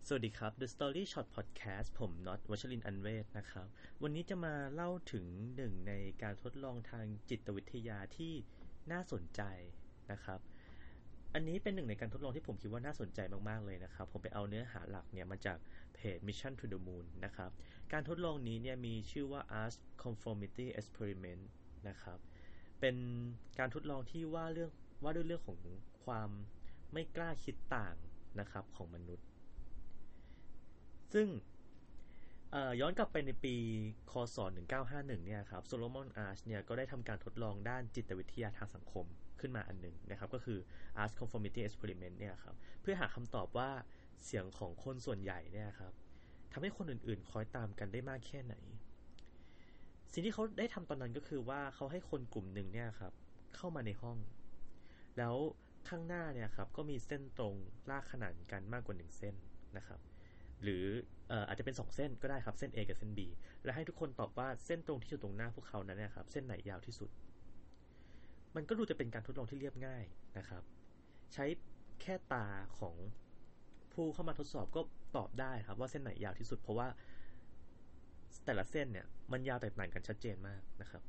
สวัสดีครับ The Story Shot Podcast ผมน็อตวัชรินทร์อันเวศนะครับวันนี้จะมาเล่าถึงหนึ่งในการทดลองทางจิตวิทยาที่น่าสนใจนะครับอันนี้เป็นหนึ่งในการทดลองที่ผมคิดว่าน่าสนใจมากๆเลยนะครับผมไปเอาเนื้อหาหลักเนี่ยมาจากเพจ Mission to the Moon นะครับการทดลองนี้เนี่ยมีชื่อว่า Ask Conformity Experiment นะครับเป็นการทดลองที่ว่าด้วยเรื่องของความไม่กล้าคิดต่างนะครับของมนุษย์ซึ่งย้อนกลับไปในปีคศ1951เนี่ยครับโซโลมอนอาร์ชเนี่ยก็ได้ทำการทดลองด้านจิตวิทยาทางสังคมขึ้นมาอันหนึ่งนะครับก็คือ Ask Conformity Experiment เนี่ยครับเพื่อหาคำตอบว่าเสียงของคนส่วนใหญ่เนี่ยครับทำให้คนอื่นๆคอยตามกันได้มากแค่ไหนสิ่งที่เขาได้ทำตอนนั้นก็คือว่าเขาให้คนกลุ่มหนึ่งเนี่ยครับเข้ามาในห้องแล้วข้างหน้าเนี่ยครับก็มีเส้นตรงลากขนานกันมากกว่า1เส้นนะครับหรืออาจจะเป็น2เส้นก็ได้ครับเส้น A กับเส้น B และให้ทุกคนตอบว่าเส้นตรงที่อยู่ตรงหน้าพวกเขานั้นเนี่ยครับเส้นไหนยาวที่สุดมันก็ดูจะเป็นการทดลองที่เรียบง่ายนะครับใช้แค่ตาของผู้เข้ามาทดสอบก็ตอบได้ครับว่าเส้นไหนยาวที่สุดเพราะว่าแต่ละเส้นเนี่ยมันยาวแตกต่างกันชัดเจนมากนะครับ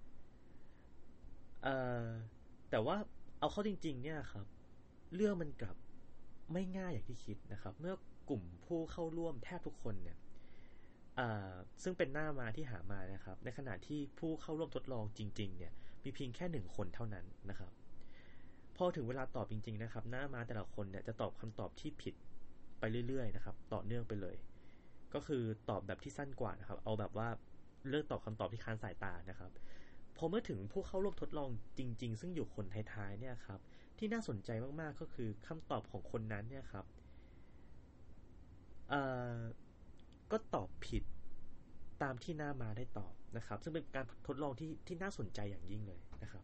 เอ่อแต่ว่าเอาเข้าจริงๆเนี่ยครับเรื่องมันกลับไม่ง่ายอย่างที่คิดนะครับเมื่อกลุ่มผู้เข้าร่วมแทบทุกคนเนี่ยซึ่งเป็นหน้าม้าที่หามานะครับในขณะที่ผู้เข้าร่วมทดลองจริงๆเนี่ยมีเพียงแค่1คนเท่านั้นนะครับพอถึงเวลาตอบจริงๆนะครับหน้าม้าแต่ละคนเนี่ยจะตอบคำตอบที่ผิดไปเรื่อยๆนะครับต่อเนื่องไปเลยก็คือตอบแบบที่สั้นกว่านะครับเอาแบบว่าเลือกตอบคำตอบที่ค้านสายตานะครับพอเมื่อถึงผู้เข้าร่วมทดลองจริงๆซึ่งอยู่คนท้ายๆเนี่ยครับที่น่าสนใจมากๆก็คือคำตอบของคนนั้นเนี่ยครับเอ่อก็ตอบผิดตามที่หน้ามาได้ตอบนะครับซึ่งเป็นการทดลองที่น่าสนใจอย่างยิ่งเลยนะครับ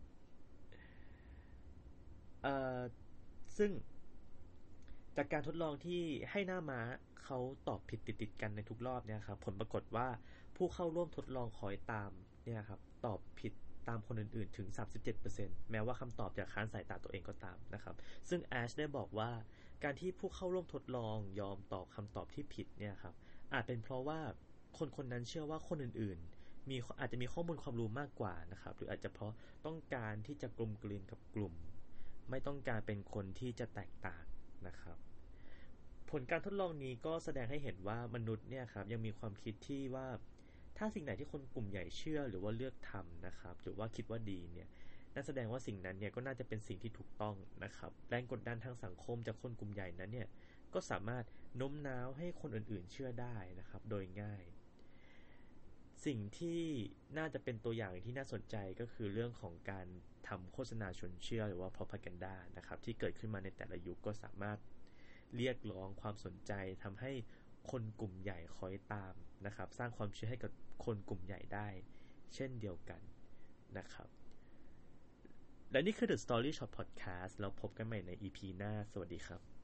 เอ่อซึ่งจากการทดลองที่ให้หน้าม้าเขาตอบผิดติดๆกันในทุกรอบเนี่ยครับผลปรากฏว่าผู้เข้าร่วมทดลองคอยตามเนี่ยครับตอบผิดตามคนอื่นๆถึง 37% แม้ว่าคำตอบจะค้านสายตาตัวเองก็ตามนะครับซึ่งแอชได้บอกว่าการที่ผู้เข้าร่วมทดลองยอมตอบคำตอบที่ผิดเนี่ยครับอาจเป็นเพราะว่าคนคนนั้นเชื่อว่าคนอื่นๆอาจจะมีข้อมูลความรู้มากกว่านะครับหรืออาจจะเพราะต้องการที่จะกลมกลืนกับกลุ่มไม่ต้องการเป็นคนที่จะแตกต่างนะครับผลการทดลองนี้ก็แสดงให้เห็นว่ามนุษย์เนี่ยครับยังมีความคิดที่ว่าถ้าสิ่งไหนที่คนกลุ่มใหญ่เชื่อหรือว่าเลือกทำนะครับหรือว่าคิดว่าดีเนี่ยนั่นแสดงว่าสิ่งนั้นเนี่ยก็น่าจะเป็นสิ่งที่ถูกต้องนะครับแรงกดดันทางสังคมจากคนกลุ่มใหญ่นั้นเนี่ยก็สามารถโน้มน้าวให้คนอื่นๆเชื่อได้นะครับโดยง่ายสิ่งที่น่าจะเป็นตัวอย่างที่น่าสนใจก็คือเรื่องของการทำโฆษณาชวนเชื่อหรือว่า propaganda นะครับที่เกิดขึ้นมาในแต่ละยุคก็สามารถเรียกร้องความสนใจทำให้คนกลุ่มใหญ่คอยตามนะครับสร้างความเชื่อให้กับคนกลุ่มใหญ่ได้เช่นเดียวกันนะครับและนี่คือ The Story Shop Podcast เราพบกันใหม่ใน EP หน้าสวัสดีครับ